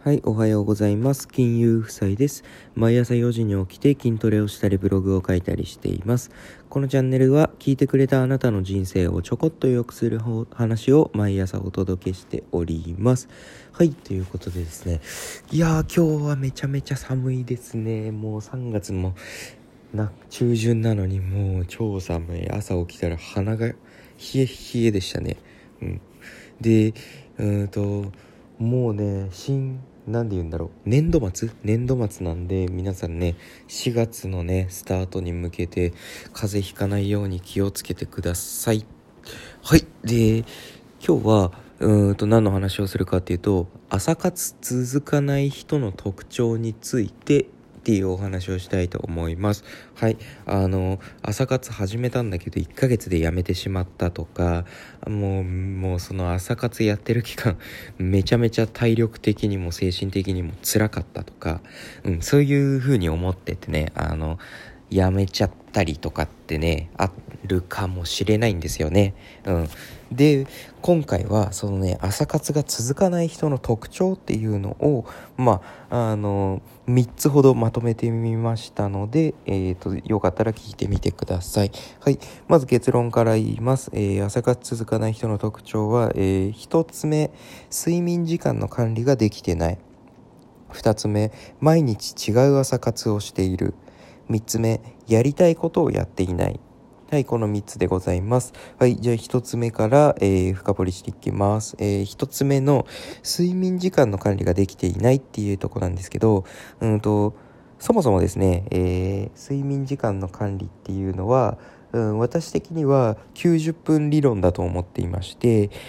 はい、おはようございます。金融夫妻です。毎朝4時に起きて筋トレをしたりブログを書いたりしています。このチャンネルは聞いてくれたあなたの人生をちょこっと良くする話を毎朝お届けしております。はい、ということでですね。今日はめちゃめちゃ寒いですね。もう3月も中旬なのにもう超寒い。朝起きたら鼻が冷え冷えでしたね。で、もうね、なんで言うんだろう、年度末なんで、皆さんね、4月のねスタートに向けて風邪ひかないように気をつけてください。はい。で、今日は何の話をするかっていうと、朝活続かない人の特徴についてっていうお話をしたいと思います。はい。朝活始めたんだけど1ヶ月でやめてしまったとか、もうその朝活やってる期間めちゃめちゃ体力的にも精神的にも辛かったとか、そういう風に思っててね、やめちゃったりとかってね、あるかもしれないんですよね。で、今回はそのね、朝活が続かない人の特徴っていうのを、3つほどまとめてみましたので、よかったら聞いてみてください。はい。まず結論から言います。朝活続かない人の特徴は、1つ目、睡眠時間の管理ができてない。2つ目、毎日違う朝活をしている。3つ目、やりたいことをやっていない。はい、この3つでございます。はい、じゃあ1つ目から、深掘りしていきます。1つ目の睡眠時間の管理ができていないっていうところなんですけど、そもそもですね、睡眠時間の管理っていうのは、私的には90分理論だと思っていまして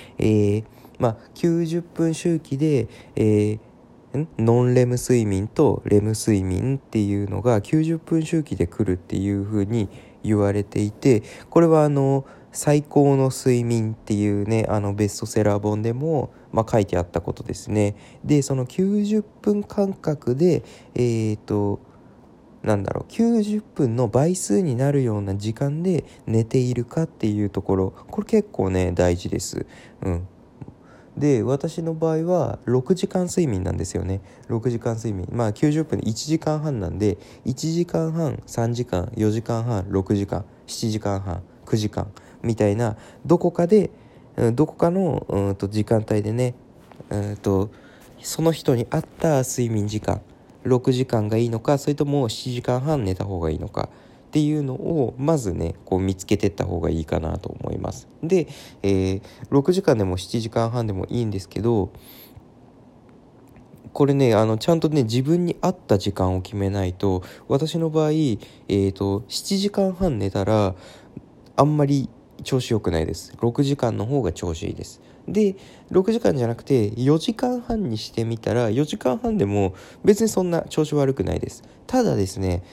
、90分周期で、ノンレム睡眠とレム睡眠っていうのが90分周期で来るっていう風に言われていて、これは最高の睡眠っていうね、ベストセラー本でも、書いてあったことですね。で、その90分間隔で90分の倍数になるような時間で寝ているかっていうところ、これ結構ね大事です。で、私の場合は6時間睡眠なんですよね。6時間睡眠。90分で1時間半なんで、1時間半、3時間、4時間半、6時間、7時間半、9時間みたいな、どこかの時間帯でね、その人に合った睡眠時間、6時間がいいのか、それとも7時間半寝た方がいいのかっていうのをまずねこう見つけていった方がいいかなと思います。で、6時間でも7時間半でもいいんですけど、これねちゃんとね自分に合った時間を決めないと、私の場合7時間半寝たらあんまり調子良くないです。6時間の方が調子いいです。で、6時間じゃなくて4時間半にしてみたら、4時間半でも別にそんな調子悪くないです。ただ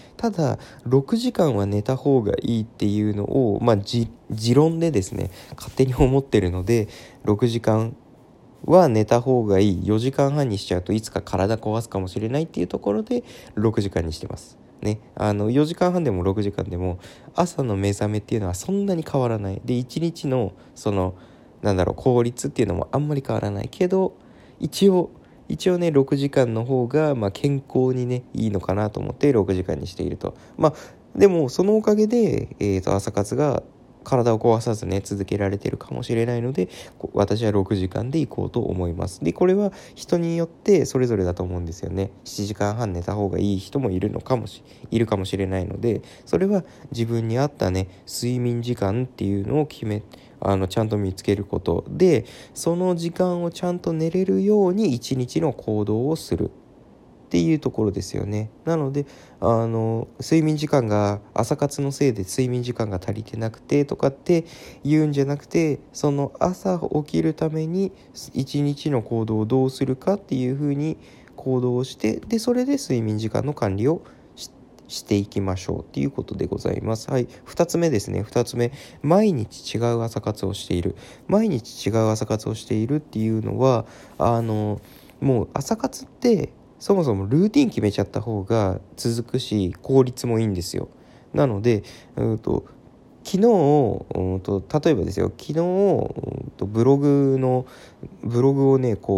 6時間は寝た方がいいっていうのを持論でですね勝手に思ってるので、6時間は寝た方がいい、4時間半にしちゃうといつか体壊すかもしれないっていうところで6時間にしてますね。4時間半でも6時間でも朝の目覚めっていうのはそんなに変わらない。で、1日の効率っていうのもあんまり変わらないけど、一応ね6時間の方が健康にねいいのかなと思って6時間にしていると。でもそのおかげで、朝活が体を壊さずね続けられてるかもしれないので、私は6時間で行こうと思います。で、これは人によってそれぞれだと思うんですよね。7時間半寝た方がいい人もいるかもしれないので、それは自分に合ったね睡眠時間っていうのをちゃんと見つけることで、その時間をちゃんと寝れるように一日の行動をするっていうところですよね。なので睡眠時間が朝活のせいで睡眠時間が足りてなくてとかって言うんじゃなくて、その朝起きるために一日の行動をどうするかっていうふうに行動をして、でそれで睡眠時間の管理をしていきましょうっていうことでございます。はい。2つ目ですね。2つ目、毎日違う朝活をしている。毎日違う朝活をしているっていうのはもう朝活ってそもそもルーティン決めちゃった方が続くし効率もいいんですよ。なので昨日例えばですよ、昨日ブログをね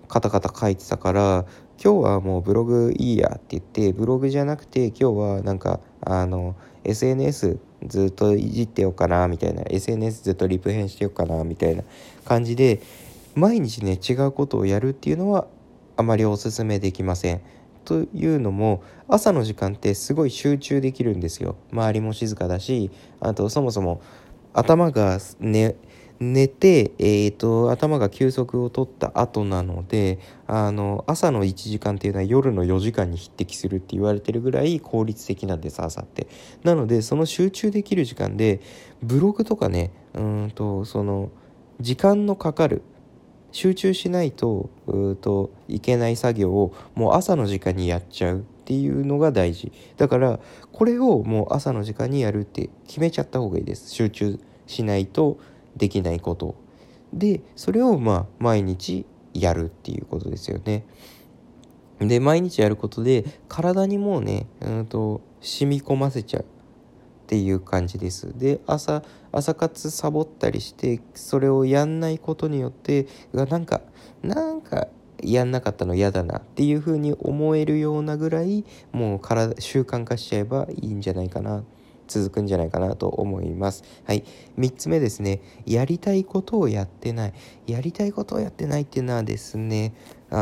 カタカタ書いてたから、今日はもうブログいいやって言って、ブログじゃなくて今日はなんかSNS ずっといじってようかなみたいな、 SNS ずっとリプ編してようかなみたいな感じで、毎日ね違うことをやるっていうのはあまりおすすめできません。というのも、朝の時間ってすごい集中できるんですよ。周りも静かだし、あとそもそも頭が寝て、頭が休息を取った後なので、朝の1時間っていうのは夜の4時間に匹敵するって言われてるぐらい効率的なんです、朝って。なのでその集中できる時間でブログとかね、その時間のかかる、集中しないといけない作業をもう朝の時間にやっちゃうっていうのが大事だから、これをもう朝の時間にやるって決めちゃった方がいいです。集中しないとできないことで、それを毎日やるっていうことですよね。で、毎日やることで体にもうね染み込ませちゃうっていう感じです。で、朝活サボったりしてそれをやんないことによってなんかやんなかったの嫌だなっていう風に思えるようなぐらい、もう習慣化しちゃえばいいんじゃないかな、続くんじゃないかなと思います。はい。3つ目ですね。やりたいことをやってない。やりたいことをやってないっていうのはですね、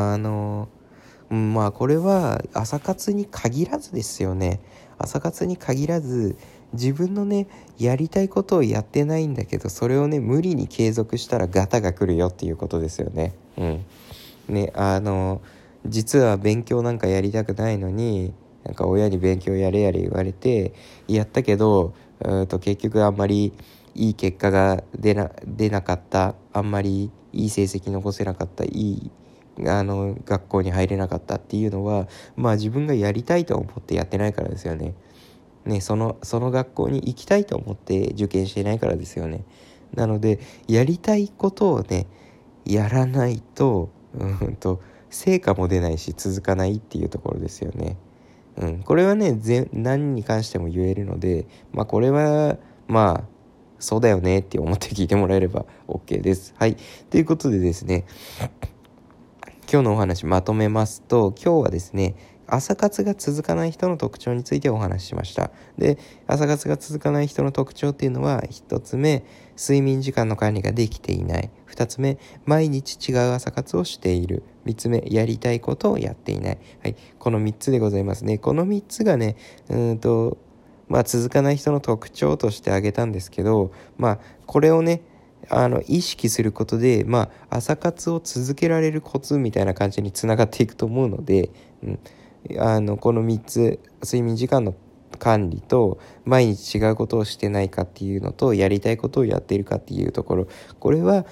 これは朝活に限らずですよね。朝活に限らず、自分のねやりたいことをやってないんだけど、それをね無理に継続したらガタが来るよっていうことですよね。ね、実は勉強なんかやりたくないのに、なんか親に勉強やれやれ言われてやったけど、結局あんまりいい結果が出なかった、あんまりいい成績残せなかった、いい学校に入れなかったっていうのは、自分がやりたいと思ってやってないからですよね。その学校に行きたいと思って受験していないからですよね。なのでやりたいことをねやらないと成果も出ないし続かないっていうところですよね。これはね何に関しても言えるので、これはそうだよねって思って聞いてもらえれば OK です。はい。ということでですね、今日のお話まとめますと、今日はですね、朝活が続かない人の特徴についてお話ししました。で、朝活が続かない人の特徴っていうのは、1つ目、睡眠時間の管理ができていない。2つ目、毎日違う朝活をしている。3つ目、やりたいことをやっていない。はい、この3つでございますね。この3つがね、続かない人の特徴として挙げたんですけど、これをね、意識することで、朝活を続けられるコツみたいな感じにつながっていくと思うので、この3つ、睡眠時間の管理と毎日違うことをしてないかっていうのと、やりたいことをやっているかっていうところ、これは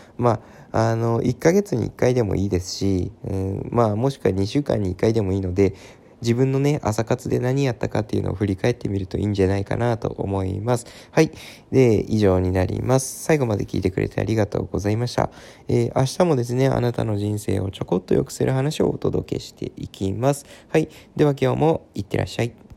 1ヶ月に1回でもいいですし、もしくは2週間に1回でもいいので、自分のね朝活で何やったかっていうのを振り返ってみるといいんじゃないかなと思います。はい。で、以上になります。最後まで聞いてくれてありがとうございました。明日もですね、あなたの人生をちょこっと良くする話をお届けしていきます。はい。では今日もいってらっしゃい。